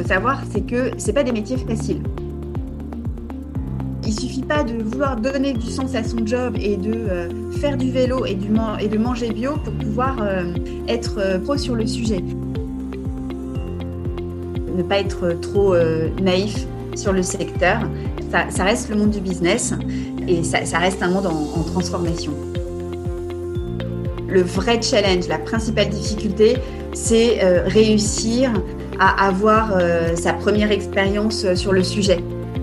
faut savoir, c'est que ce n'est pas des métiers faciles. Il ne suffit pas de vouloir donner du sens à son job et de faire du vélo et de manger bio pour pouvoir être pro sur le sujet. Ne pas être trop naïf sur le secteur. Ça reste le monde du business et ça reste un monde en transformation. Le vrai challenge, la principale difficulté, c'est réussir à avoir sa première expérience sur le sujet.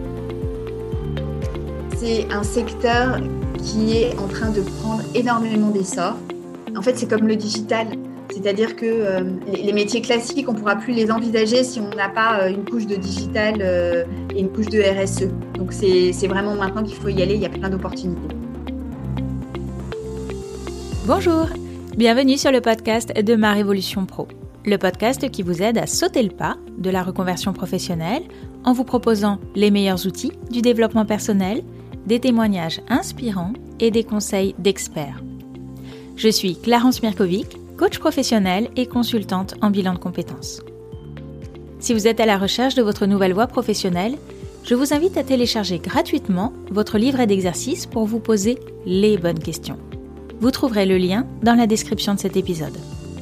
C'est un secteur qui est en train de prendre énormément d'essor. En fait, c'est comme le digital. C'est-à-dire que les métiers classiques, on ne pourra plus les envisager si on n'a pas une couche de digital et une couche de RSE. Donc, c'est vraiment maintenant qu'il faut y aller. Il y a plein d'opportunités. Bonjour, bienvenue sur le podcast de Ma Révolution Pro. Le podcast qui vous aide à sauter le pas de la reconversion professionnelle en vous proposant les meilleurs outils du développement personnel, des témoignages inspirants et des conseils d'experts. Je suis Clarence Mirkovic, coach professionnelle et consultante en bilan de compétences. Si vous êtes à la recherche de votre nouvelle voie professionnelle, je vous invite à télécharger gratuitement votre livret d'exercices pour vous poser les bonnes questions. Vous trouverez le lien dans la description de cet épisode.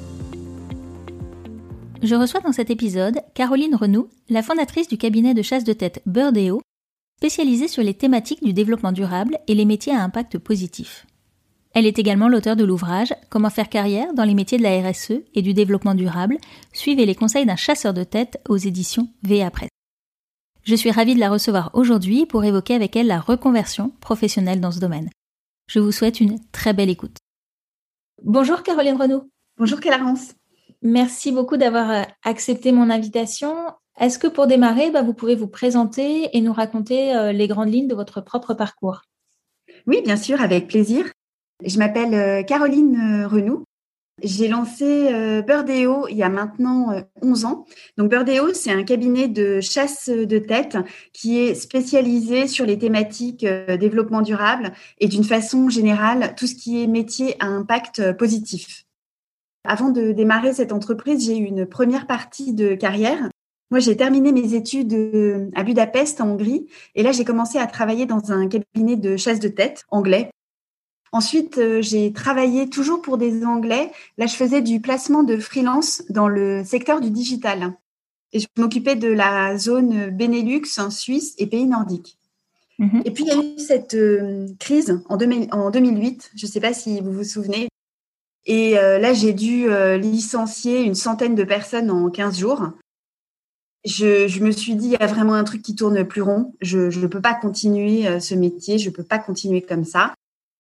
Je reçois dans cet épisode Caroline Renoux, la fondatrice du cabinet de chasse de tête Bird.io, spécialisée sur les thématiques du développement durable et les métiers à impact positif. Elle est également l'auteure de l'ouvrage « Comment faire carrière dans les métiers de la RSE et du développement durable. Suivez les conseils d'un chasseur de tête » aux éditions VA Press. Je suis ravie de la recevoir aujourd'hui pour évoquer avec elle la reconversion professionnelle dans ce domaine. Je vous souhaite une très belle écoute. Bonjour Caroline Renoux. Bonjour Clarence. Merci beaucoup d'avoir accepté mon invitation. Est-ce que pour démarrer, vous pouvez vous présenter et nous raconter les grandes lignes de votre propre parcours ? Oui, bien sûr, avec plaisir. Je m'appelle Caroline Renoux. J'ai lancé Bird.io il y a maintenant 11 ans. Donc Bird.io, c'est un cabinet de chasse de tête qui est spécialisé sur les thématiques développement durable et d'une façon générale, tout ce qui est métier à impact positif. Avant de démarrer cette entreprise, j'ai eu une première partie de carrière. Moi, j'ai terminé mes études à Budapest, en Hongrie. Et là, j'ai commencé à travailler dans un cabinet de chasse de tête anglais. Ensuite, j'ai travaillé toujours pour des Anglais. Là, je faisais du placement de freelance dans le secteur du digital. Et je m'occupais de la zone Benelux, Suisse et pays nordiques. Mmh. Et puis, il y a eu cette crise en 2008. Je ne sais pas si vous vous souvenez. Et là, j'ai dû licencier une centaine de personnes en 15 jours. Je me suis dit, il y a vraiment un truc qui tourne plus rond. Je ne peux pas continuer ce métier. Je ne peux pas continuer comme ça.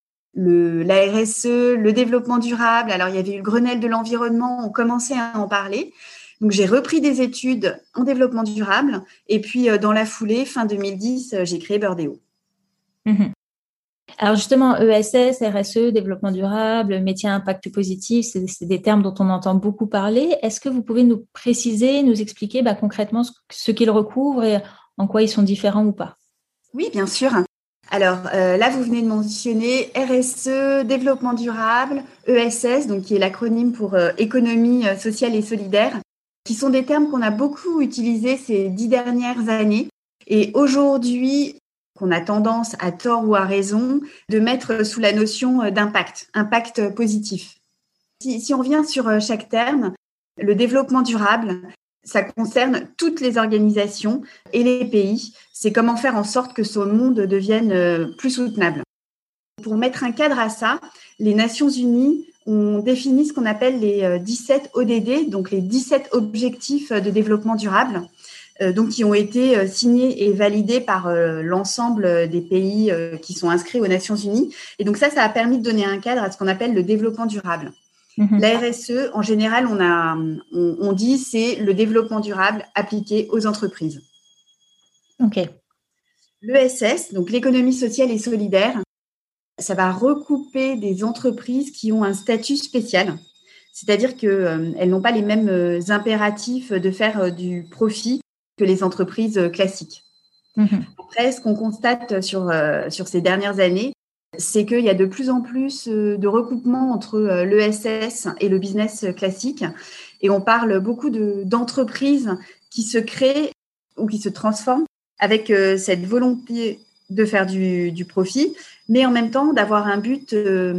La RSE, le développement durable. Alors, il y avait eu le Grenelle de l'environnement. On commençait à en parler. Donc, j'ai repris des études en développement durable. Et puis, dans la foulée, fin 2010, j'ai créé Bird.io. Mmh. Alors justement, ESS, RSE, développement durable, métier à impact positif, c'est des termes dont on entend beaucoup parler. Est-ce que vous pouvez nous préciser, nous expliquer concrètement ce qu'ils recouvrent et en quoi ils sont différents ou pas ? Oui, bien sûr. Alors là, vous venez de mentionner RSE, développement durable, ESS, donc qui est l'acronyme pour économie sociale et solidaire, qui sont des termes qu'on a beaucoup utilisés ces 10 dernières années. Et aujourd'hui, qu'on a tendance, à tort ou à raison, de mettre sous la notion d'impact, impact positif. Si on revient sur chaque terme, le développement durable, ça concerne toutes les organisations et les pays. C'est comment faire en sorte que ce monde devienne plus soutenable. Pour mettre un cadre à ça, les Nations Unies ont défini ce qu'on appelle les 17 ODD, donc les 17 objectifs de développement durable, donc qui ont été signés et validés par l'ensemble des pays qui sont inscrits aux Nations Unies. Et donc ça a permis de donner un cadre à ce qu'on appelle le développement durable. Mmh. La RSE, en général, on dit c'est le développement durable appliqué aux entreprises. Ok. L'ESS, donc l'économie sociale et solidaire, ça va recouper des entreprises qui ont un statut spécial. C'est-à-dire qu'elles n'ont pas les mêmes impératifs de faire du profit que les entreprises classiques. Mmh. Après, ce qu'on constate sur ces dernières années, c'est qu'il y a de plus en plus de recoupements entre l'ESS et le business classique. Et on parle beaucoup d'entreprises qui se crée ou qui se transforme avec cette volonté de faire du profit, mais en même temps d'avoir un but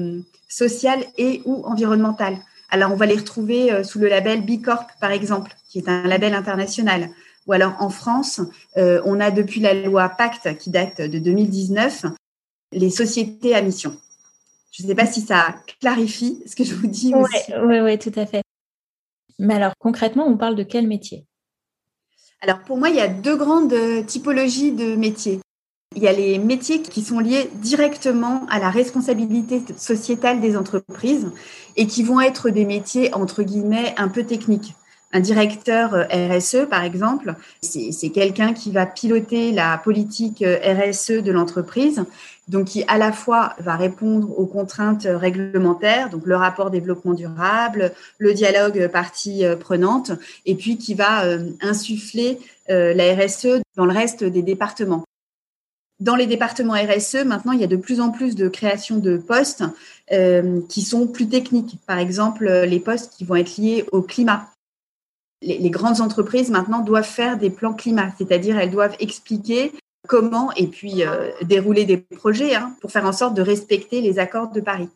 social et ou environnemental. Alors, on va les retrouver sous le label B Corp, par exemple, qui est un label international. Ou alors, en France, on a depuis la loi Pacte, qui date de 2019, les sociétés à mission. Je ne sais pas si ça clarifie ce que je vous dis. Oui, tout à fait. Mais alors, concrètement, on parle de quel métier ? Alors, pour moi, il y a 2 grandes typologies de métiers. Il y a les métiers qui sont liés directement à la responsabilité sociétale des entreprises et qui vont être des métiers, entre guillemets, un peu techniques. Un directeur RSE, par exemple, c'est quelqu'un qui va piloter la politique RSE de l'entreprise, donc qui à la fois va répondre aux contraintes réglementaires, donc le rapport développement durable, le dialogue parties prenantes, et puis qui va insuffler la RSE dans le reste des départements. Dans les départements RSE, maintenant, il y a de plus en plus de création de postes qui sont plus techniques. Par exemple, les postes qui vont être liés au climat. Les grandes entreprises, maintenant, doivent faire des plans climat, c'est-à-dire elles doivent expliquer comment et puis dérouler des projets pour faire en sorte de respecter les accords de Paris.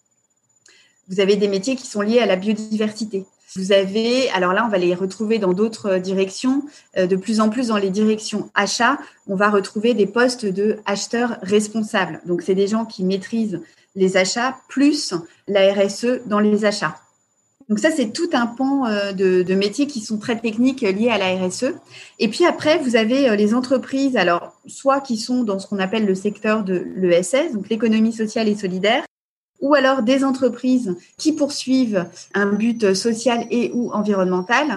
Vous avez des métiers qui sont liés à la biodiversité. Vous avez, alors là, on va les retrouver dans d'autres directions. De plus en plus, dans les directions achats, on va retrouver des postes de acheteurs responsables. Donc, c'est des gens qui maîtrisent les achats plus la RSE dans les achats. Donc, ça, c'est tout un pan de métiers qui sont très techniques liés à la RSE. Et puis après, vous avez les entreprises, alors soit qui sont dans ce qu'on appelle le secteur de l'ESS, donc l'économie sociale et solidaire, ou alors des entreprises qui poursuivent un but social et ou environnemental,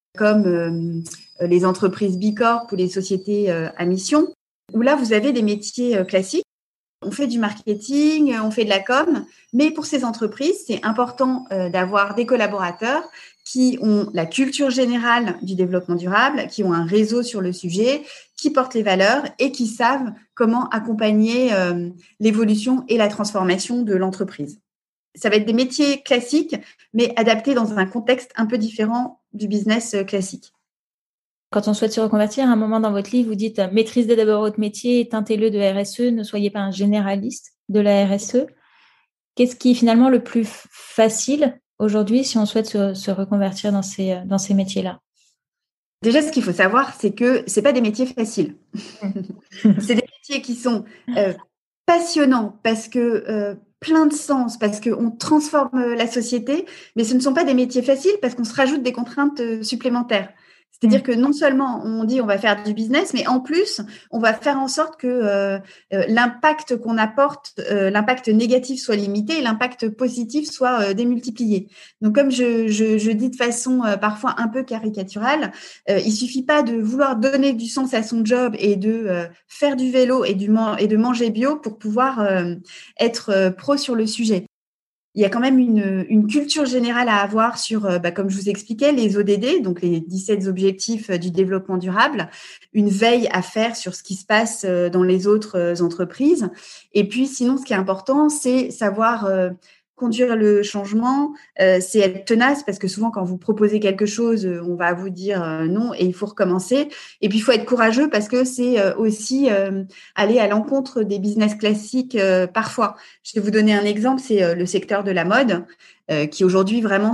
comme les entreprises B Corp ou les sociétés à mission, où là, vous avez des métiers classiques. On fait du marketing, on fait de la com, mais pour ces entreprises, c'est important d'avoir des collaborateurs qui ont la culture générale du développement durable, qui ont un réseau sur le sujet, qui portent les valeurs et qui savent comment accompagner l'évolution et la transformation de l'entreprise. Ça va être des métiers classiques, mais adaptés dans un contexte un peu différent du business classique. Quand on souhaite se reconvertir, à un moment dans votre livre, vous dites « Maîtrisez d'abord votre métier et teintez-le de RSE, ne soyez pas un généraliste de la RSE ». Qu'est-ce qui est finalement le plus facile aujourd'hui si on souhaite se reconvertir dans ces métiers-là ? Déjà, ce qu'il faut savoir, c'est que ce n'est pas des métiers faciles. C'est des métiers qui sont passionnants parce que plein de sens, parce qu'on transforme la société, mais ce ne sont pas des métiers faciles parce qu'on se rajoute des contraintes supplémentaires. C'est-à-dire que non seulement on dit on va faire du business, mais en plus, on va faire en sorte que l'impact qu'on apporte, l'impact négatif soit limité et l'impact positif soit démultiplié. Donc, comme je dis de façon parfois un peu caricaturale, il suffit pas de vouloir donner du sens à son job et de faire du vélo et de manger bio pour pouvoir être pro sur le sujet. Il y a quand même une culture générale à avoir sur, comme je vous expliquais, les ODD, donc les 17 objectifs du développement durable, une veille à faire sur ce qui se passe dans les autres entreprises. Et puis, sinon, ce qui est important, c'est savoir conduire le changement, c'est être tenace parce que souvent, quand vous proposez quelque chose, on va vous dire non et il faut recommencer. Et puis, il faut être courageux parce que c'est aussi aller à l'encontre des business classiques parfois. Je vais vous donner un exemple, c'est le secteur de la mode qui aujourd'hui vraiment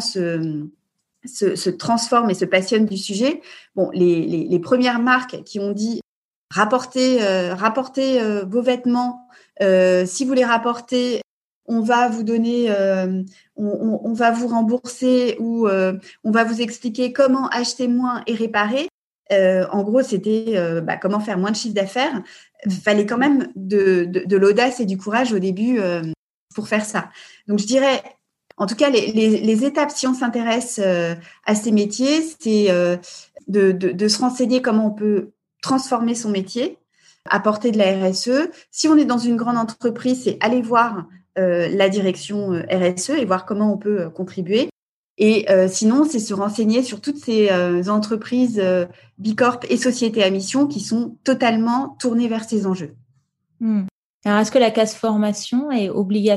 se transforme et se passionne du sujet. Bon, les premières marques qui ont dit rapportez vos vêtements, si vous les rapportez, on va vous donner, on va vous rembourser ou on va vous expliquer comment acheter moins et réparer. En gros, c'était comment faire moins de chiffre d'affaires. Il fallait quand même de l'audace et du courage au début pour faire ça. Donc, je dirais, en tout cas, les étapes, si on s'intéresse à ces métiers, c'est de se renseigner comment on peut transformer son métier, apporter de la RSE. Si on est dans une grande entreprise, c'est aller voir la direction RSE et voir comment on peut contribuer. Et sinon, c'est se renseigner sur toutes ces entreprises B Corp et sociétés à mission qui sont totalement tournées vers ces enjeux. Alors, est-ce que la case formation est obligatoire ?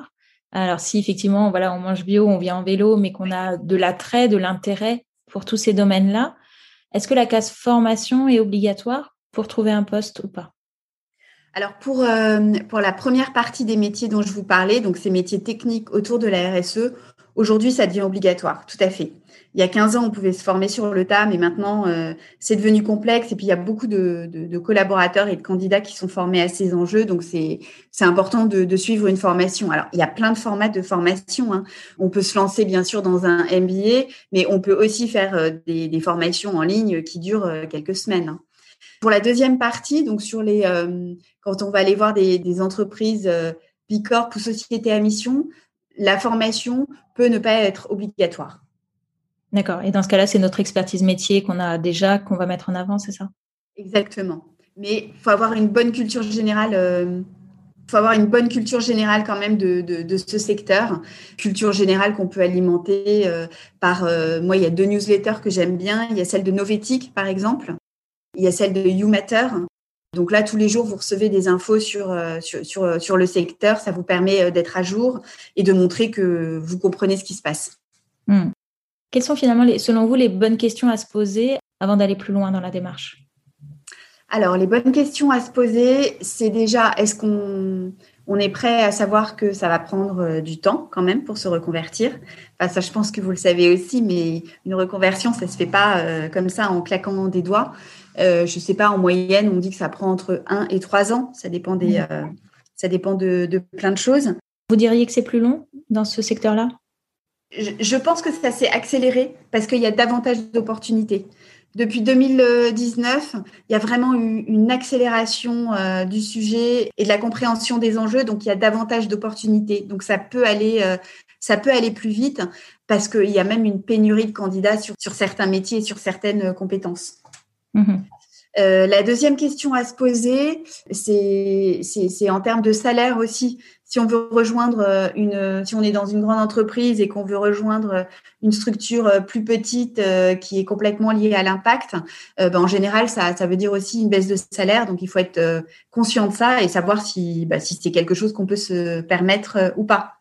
Alors, si effectivement, voilà, on mange bio, on vient en vélo, mais qu'on a de l'attrait, de l'intérêt pour tous ces domaines-là, Est-ce que la case formation est obligatoire pour trouver un poste ou pas? Alors, pour la première partie des métiers dont je vous parlais, donc ces métiers techniques autour de la RSE, aujourd'hui, ça devient obligatoire, tout à fait. Il y a 15 ans, on pouvait se former sur le tas, mais maintenant, c'est devenu complexe. Et puis, il y a beaucoup de collaborateurs et de candidats qui sont formés à ces enjeux. Donc, c'est important de suivre une formation. Alors, il y a plein de formats de formation, hein. On peut se lancer, bien sûr, dans un MBA, mais on peut aussi faire des formations en ligne qui durent quelques semaines, hein. Pour la deuxième partie, donc sur quand on va aller voir des entreprises B Corp ou sociétés à mission, la formation peut ne pas être obligatoire. D'accord. Et dans ce cas-là, c'est notre expertise métier qu'on a déjà, qu'on va mettre en avant, c'est ça? Exactement. Mais il faut avoir une bonne culture générale. Faut avoir une bonne culture générale quand même de ce secteur. Culture générale qu'on peut alimenter par. Moi, il y a 2 newsletters que j'aime bien. Il y a celle de Novetic, par exemple. Il y a celle de YouMatter. Donc là, tous les jours, vous recevez des infos sur le secteur. Ça vous permet d'être à jour et de montrer que vous comprenez ce qui se passe. Quelles sont finalement, selon vous, les bonnes questions à se poser avant d'aller plus loin dans la démarche? Alors, les bonnes questions à se poser, c'est déjà, est-ce qu'on est prêt à savoir que ça va prendre du temps quand même pour se reconvertir? Enfin, ça, je pense que vous le savez aussi, mais une reconversion, ça ne se fait pas comme ça en claquant des doigts. Je ne sais pas, en moyenne, on dit que ça prend entre 1 et 3 ans. Ça dépend ça dépend de plein de choses. Vous diriez que c'est plus long dans ce secteur-là? Je pense que ça s'est accéléré parce qu'il y a davantage d'opportunités. Depuis 2019, il y a vraiment eu une accélération du sujet et de la compréhension des enjeux. Donc, il y a davantage d'opportunités. Donc, ça peut aller plus vite parce qu'il y a même une pénurie de candidats sur certains métiers et sur certaines compétences. La deuxième question à se poser, c'est en termes de salaire aussi. Si on veut rejoindre si on est dans une grande entreprise et qu'on veut rejoindre une structure plus petite qui est complètement liée à l'impact, en général, ça veut dire aussi une baisse de salaire. Donc, il faut être conscient de ça et savoir si c'est quelque chose qu'on peut se permettre ou pas.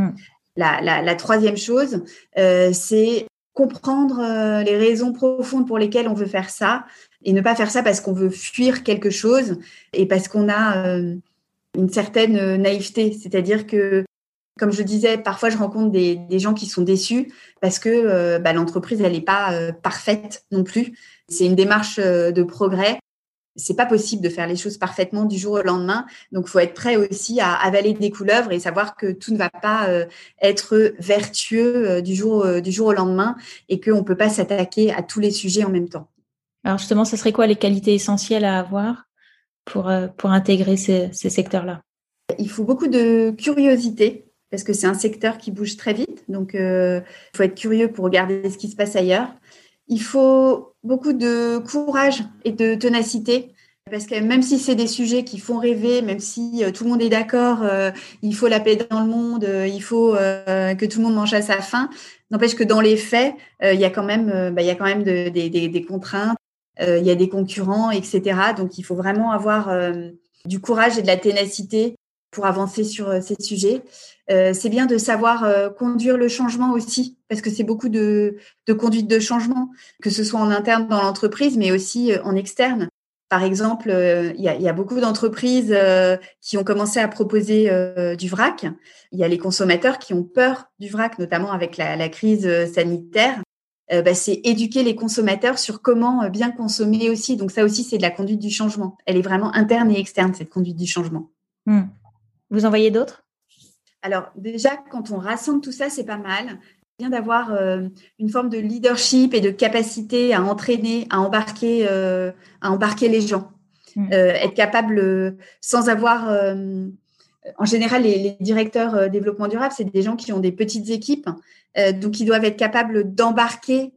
La troisième chose, c'est comprendre les raisons profondes pour lesquelles on veut faire ça et ne pas faire ça parce qu'on veut fuir quelque chose et parce qu'on a une certaine naïveté. C'est-à-dire que, comme je disais, parfois je rencontre des gens qui sont déçus parce que l'entreprise, elle n'est pas parfaite non plus. C'est une démarche de progrès. C'est pas possible de faire les choses parfaitement du jour au lendemain. Donc, il faut être prêt aussi à avaler des couleuvres et savoir que tout ne va pas être vertueux du jour au lendemain et qu'on ne peut pas s'attaquer à tous les sujets en même temps. Alors justement, ce serait quoi les qualités essentielles à avoir pour intégrer ces secteurs-là? Il faut beaucoup de curiosité parce que c'est un secteur qui bouge très vite. Donc, il faut être curieux pour regarder ce qui se passe ailleurs. Il faut beaucoup de courage et de ténacité parce que même si c'est des sujets qui font rêver, même si tout le monde est d'accord, il faut la paix dans le monde, il faut que tout le monde mange à sa faim, n'empêche que dans les faits, il y a quand même des contraintes, il y a des concurrents, etc. Donc, il faut vraiment avoir du courage et de la ténacité pour avancer sur ces sujets. C'est bien de savoir conduire le changement aussi, parce que c'est beaucoup de conduite de changement, que ce soit en interne dans l'entreprise, mais aussi en externe. Par exemple, il y a beaucoup d'entreprises qui ont commencé à proposer du vrac. Il y a les consommateurs qui ont peur du vrac, notamment avec la crise sanitaire. C'est éduquer les consommateurs sur comment bien consommer aussi. Donc ça aussi, c'est de la conduite du changement. Elle est vraiment interne et externe, cette conduite du changement. Vous en voyez d'autres? Alors déjà, quand on rassemble tout ça, c'est pas mal. C'est bien d'avoir une forme de leadership et de capacité à entraîner, à embarquer les gens. Être capable, sans avoir... en général, les directeurs développement durable, c'est des gens qui ont des petites équipes. Donc, ils doivent être capables d'embarquer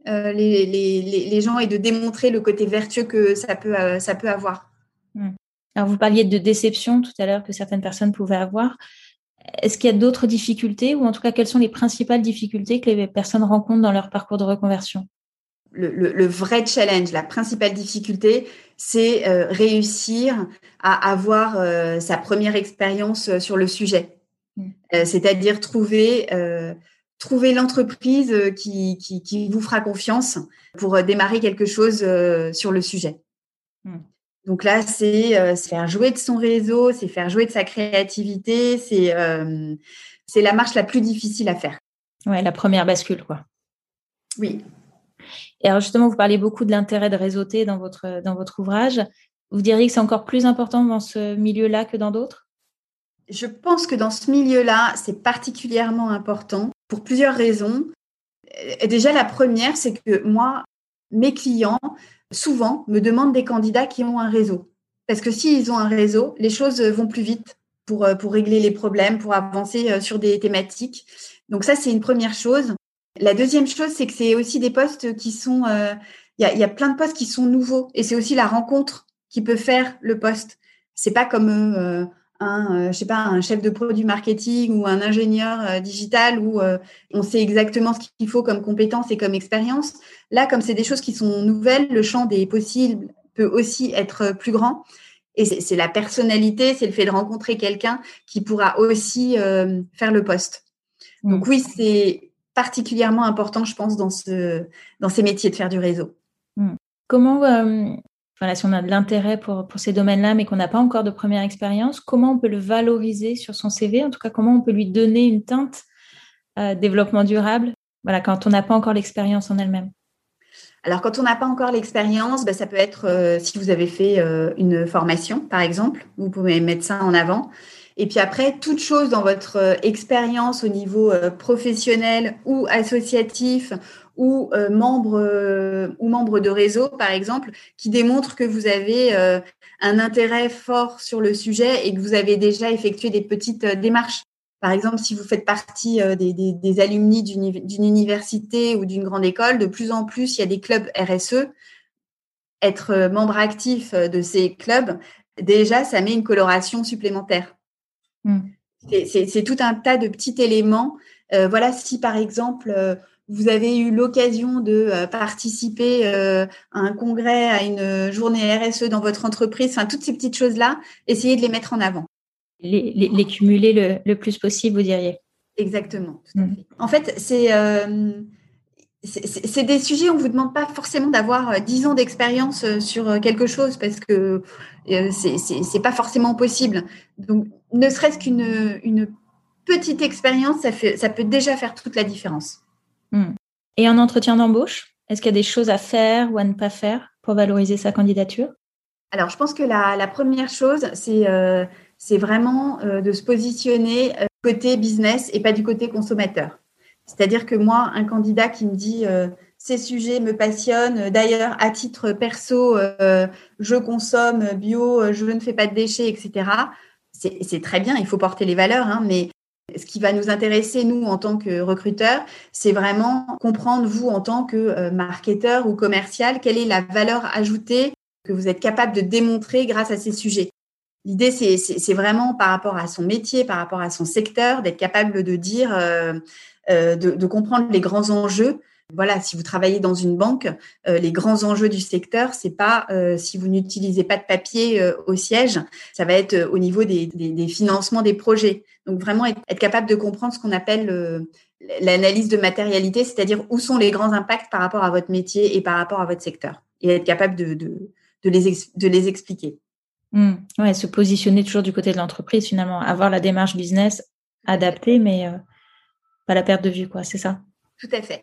les gens et de démontrer le côté vertueux que ça peut avoir. Alors, vous parliez de déception tout à l'heure que certaines personnes pouvaient avoir. Est-ce qu'il y a d'autres difficultés ou en tout cas, quelles sont les principales difficultés que les personnes rencontrent dans leur parcours de reconversion? Le vrai challenge, la principale difficulté, c'est réussir à avoir sa première expérience sur le sujet. C'est-à-dire trouver trouver l'entreprise qui vous fera confiance pour démarrer quelque chose sur le sujet. Donc là, c'est faire jouer de son réseau, c'est faire jouer de sa créativité, c'est la marche la plus difficile à faire. Ouais, la première bascule, quoi. Oui. Et alors justement, vous parlez beaucoup de l'intérêt de réseauter dans votre ouvrage. Vous diriez que c'est encore plus important dans ce milieu-là que dans d'autres ? Je pense que dans ce milieu-là, c'est particulièrement important pour plusieurs raisons. Déjà, la première, c'est que moi, mes clients, souvent, me demandent des candidats qui ont un réseau. Parce que s'ils ont un réseau, les choses vont plus vite pour régler les problèmes, pour avancer sur des thématiques. Donc ça, c'est une première chose. La deuxième chose, c'est que c'est aussi des postes qui sont… Il y a plein de postes qui sont nouveaux. Et c'est aussi la rencontre qui peut faire le poste. C'est pas comme… je sais pas, un chef de produit marketing ou un ingénieur digital où on sait exactement ce qu'il faut comme compétences et comme expérience. Là, comme c'est des choses qui sont nouvelles, le champ des possibles peut aussi être plus grand. Et c'est la personnalité, c'est le fait de rencontrer quelqu'un qui pourra aussi faire le poste. Donc oui, c'est particulièrement important, je pense, dans ces métiers de faire du réseau. Comment… Voilà, si on a de l'intérêt pour ces domaines-là, mais qu'on n'a pas encore de première expérience, comment on peut le valoriser sur son CV ? En tout cas, comment on peut lui donner une teinte développement durable, voilà, quand on n'a pas encore l'expérience en elle-même ? Alors, quand on n'a pas encore l'expérience, ça peut être si vous avez fait une formation, par exemple, vous pouvez mettre ça en avant. Et puis après, toute chose dans votre expérience au niveau professionnel ou associatif ou membre de réseau, par exemple, qui démontre que vous avez un intérêt fort sur le sujet et que vous avez déjà effectué des petites démarches. Par exemple, si vous faites partie des alumni d'une université ou d'une grande école, de plus en plus, il y a des clubs RSE. Être membre actif de ces clubs, déjà, ça met une coloration supplémentaire. C'est tout un tas de petits éléments. Voilà, si par exemple, vous avez eu l'occasion de participer à un congrès, à une journée RSE dans votre entreprise, enfin, toutes ces petites choses-là, essayez de les mettre en avant. Les cumuler le plus possible, vous diriez. Exactement, tout à fait. En fait, c'est des sujets où on ne vous demande pas forcément d'avoir 10 ans d'expérience sur quelque chose parce que c'est pas forcément possible. Donc, ne serait-ce qu'une petite expérience, ça peut déjà faire toute la différence. Et en entretien d'embauche, est-ce qu'il y a des choses à faire ou à ne pas faire pour valoriser sa candidature ? Alors, je pense que la première chose, c'est vraiment de se positionner côté business et pas du côté consommateur. C'est-à-dire que moi, un candidat qui me dit ces sujets me passionnent, d'ailleurs, à titre perso, je consomme bio, je ne fais pas de déchets, etc. C'est très bien, il faut porter les valeurs, hein, mais ce qui va nous intéresser, nous, en tant que recruteurs, c'est vraiment comprendre, vous, en tant que marketeur ou commercial, quelle est la valeur ajoutée que vous êtes capable de démontrer grâce à ces sujets. L'idée, c'est vraiment par rapport à son métier, par rapport à son secteur, d'être capable de dire, de comprendre les grands enjeux. Voilà, si vous travaillez dans une banque, les grands enjeux du secteur, c'est pas si vous n'utilisez pas de papier au siège, ça va être au niveau des financements des projets. Donc vraiment être capable de comprendre ce qu'on appelle l'analyse de matérialité, c'est-à-dire où sont les grands impacts par rapport à votre métier et par rapport à votre secteur, et être capable de les expliquer. Ouais, se positionner toujours du côté de l'entreprise, finalement, avoir la démarche business adaptée, mais pas la perte de vue, quoi, c'est ça. Tout à fait.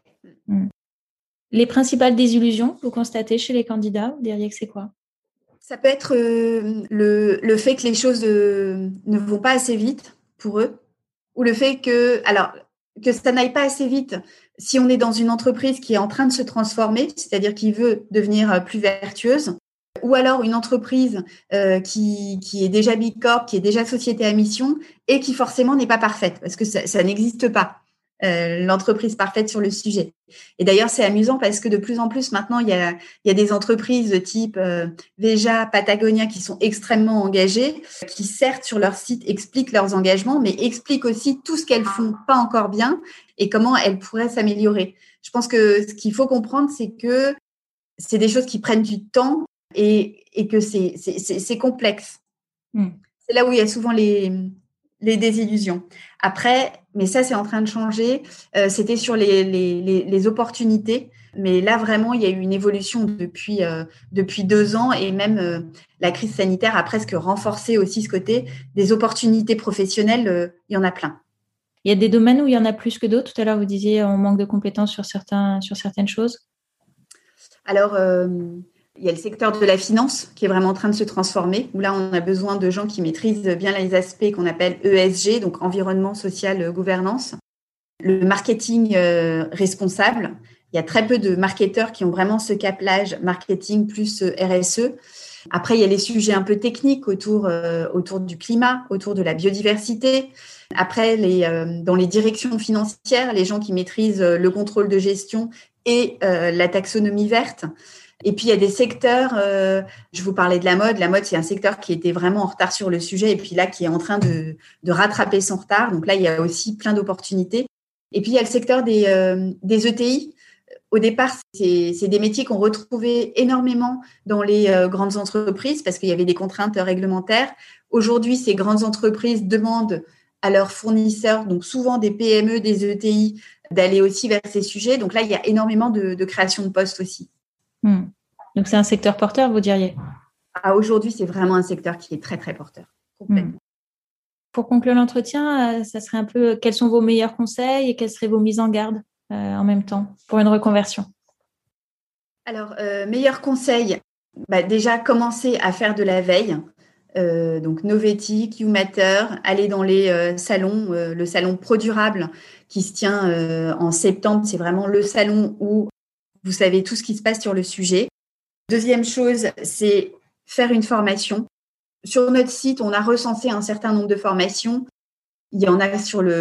Les principales désillusions que vous constatez chez les candidats, vous diriez que c'est quoi ? Ça peut être le fait que les choses ne vont pas assez vite pour eux, ou le fait que ça n'aille pas assez vite si on est dans une entreprise qui est en train de se transformer, c'est-à-dire qui veut devenir plus vertueuse, ou alors une entreprise qui est déjà Big Corp, qui est déjà société à mission et qui forcément n'est pas parfaite, parce que ça n'existe pas. L'entreprise parfaite sur le sujet. Et d'ailleurs, c'est amusant parce que de plus en plus, maintenant, il y a des entreprises de type Veja, Patagonia qui sont extrêmement engagées, qui certes, sur leur site, expliquent leurs engagements, mais expliquent aussi tout ce qu'elles font pas encore bien et comment elles pourraient s'améliorer. Je pense que ce qu'il faut comprendre, c'est que c'est des choses qui prennent du temps et que c'est complexe. C'est là où il y a souvent les désillusions. Après, mais ça, c'est en train de changer. C'était sur les opportunités. Mais là, vraiment, il y a eu une évolution depuis 2 ans et même la crise sanitaire a presque renforcé aussi ce côté des opportunités professionnelles. Il y en a plein. Il y a des domaines où il y en a plus que d'autres. Tout à l'heure, vous disiez on manque de compétences sur certaines choses. Alors, il y a le secteur de la finance qui est vraiment en train de se transformer, où là, on a besoin de gens qui maîtrisent bien les aspects qu'on appelle ESG, donc environnement, social, gouvernance. Le marketing responsable. Il y a très peu de marketeurs qui ont vraiment ce cap-là, marketing plus RSE. Après, il y a les sujets un peu techniques autour du climat, autour de la biodiversité. Après, dans les directions financières, les gens qui maîtrisent le contrôle de gestion et la taxonomie verte. Et puis, il y a des secteurs, je vous parlais de la mode. La mode, c'est un secteur qui était vraiment en retard sur le sujet et puis là, qui est en train de rattraper son retard. Donc là, il y a aussi plein d'opportunités. Et puis, il y a le secteur des ETI. Au départ, c'est des métiers qu'on retrouvait énormément dans les grandes entreprises parce qu'il y avait des contraintes réglementaires. Aujourd'hui, ces grandes entreprises demandent à leurs fournisseurs, donc souvent des PME, des ETI, d'aller aussi vers ces sujets. Donc là, il y a énormément de création de postes aussi. Donc, c'est un secteur porteur, vous diriez ? Aujourd'hui, c'est vraiment un secteur qui est très, très porteur. Complètement. Pour conclure l'entretien, ça serait un peu quels sont vos meilleurs conseils et quelles seraient vos mises en garde en même temps pour une reconversion ? Alors, meilleur conseil, déjà commencer à faire de la veille. Donc Novetti, Q-Matter, aller dans les salons, le salon Pro Durable qui se tient en septembre, c'est vraiment le salon où vous savez tout ce qui se passe sur le sujet. Deuxième chose, c'est faire une formation. Sur notre site, on a recensé un certain nombre de formations. Il y en a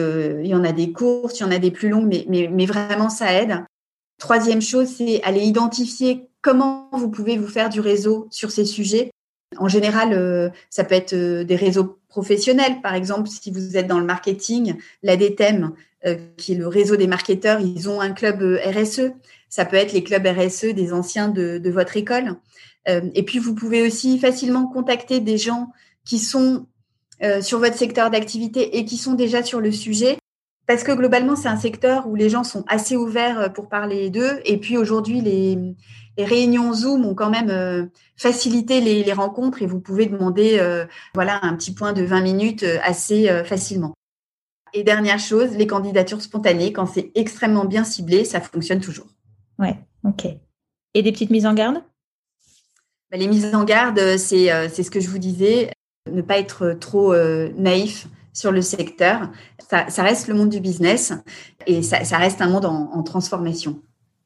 des courtes, il y en a des plus longues, mais vraiment ça aide. Troisième chose, c'est aller identifier comment vous pouvez vous faire du réseau sur ces sujets. En général, ça peut être des réseaux professionnels. Par exemple, si vous êtes dans le marketing, l'ADTEM, qui est le réseau des marketeurs, ils ont un club RSE. Ça peut être les clubs RSE des anciens de votre école. Et puis, vous pouvez aussi facilement contacter des gens qui sont sur votre secteur d'activité et qui sont déjà sur le sujet. Parce que globalement, c'est un secteur où les gens sont assez ouverts pour parler d'eux. Et puis aujourd'hui, les réunions Zoom ont quand même facilité les rencontres et vous pouvez demander un petit point de 20 minutes assez facilement. Et dernière chose, les candidatures spontanées, quand c'est extrêmement bien ciblé, ça fonctionne toujours. Ouais, ok. Et des petites mises en garde ? Les mises en garde, c'est ce que je vous disais, ne pas être trop naïf sur le secteur. Ça reste le monde du business et ça reste un monde en transformation.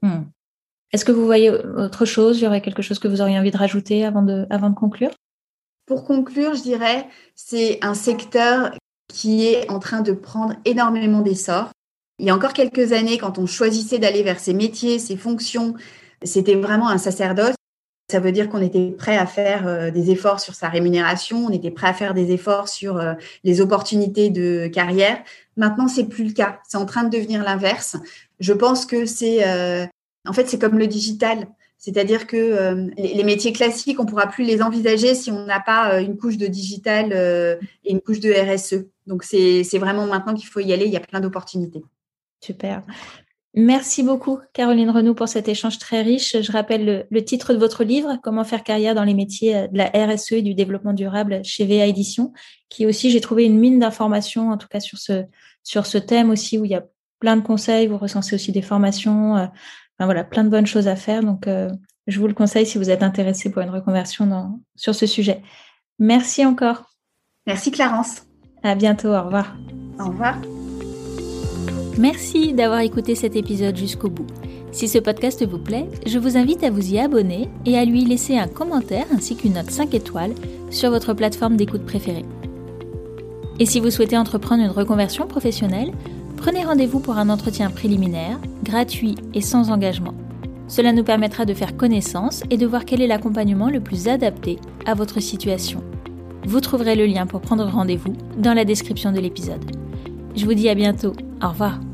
Est-ce que vous voyez autre chose ? Il y aurait quelque chose que vous auriez envie de rajouter avant de conclure ? Pour conclure, je dirais, c'est un secteur qui est en train de prendre énormément d'essor. Il y a encore quelques années, quand on choisissait d'aller vers ces métiers, ces fonctions, c'était vraiment un sacerdoce. Ça veut dire qu'on était prêt à faire des efforts sur sa rémunération, on était prêt à faire des efforts sur les opportunités de carrière. Maintenant, c'est plus le cas. C'est en train de devenir l'inverse. Je pense que c'est comme le digital. C'est-à-dire que les métiers classiques, on ne pourra plus les envisager si on n'a pas une couche de digital et une couche de RSE. Donc, c'est vraiment maintenant qu'il faut y aller. Il y a plein d'opportunités. Super. Merci beaucoup, Caroline Renoux, pour cet échange très riche. Je rappelle le titre de votre livre, « Comment faire carrière dans les métiers de la RSE et du développement durable » chez VA Éditions, qui aussi, j'ai trouvé une mine d'informations, en tout cas sur ce thème aussi, où il y a plein de conseils. Vous recensez aussi des formations, plein de bonnes choses à faire. Donc, je vous le conseille si vous êtes intéressé pour une reconversion sur ce sujet. Merci encore. Merci, Clarence. À bientôt. Au revoir. Au revoir. Merci d'avoir écouté cet épisode jusqu'au bout. Si ce podcast vous plaît, je vous invite à vous y abonner et à lui laisser un commentaire ainsi qu'une note 5 étoiles sur votre plateforme d'écoute préférée. Et si vous souhaitez entreprendre une reconversion professionnelle, prenez rendez-vous pour un entretien préliminaire, gratuit et sans engagement. Cela nous permettra de faire connaissance et de voir quel est l'accompagnement le plus adapté à votre situation. Vous trouverez le lien pour prendre rendez-vous dans la description de l'épisode. Je vous dis à bientôt. Au revoir.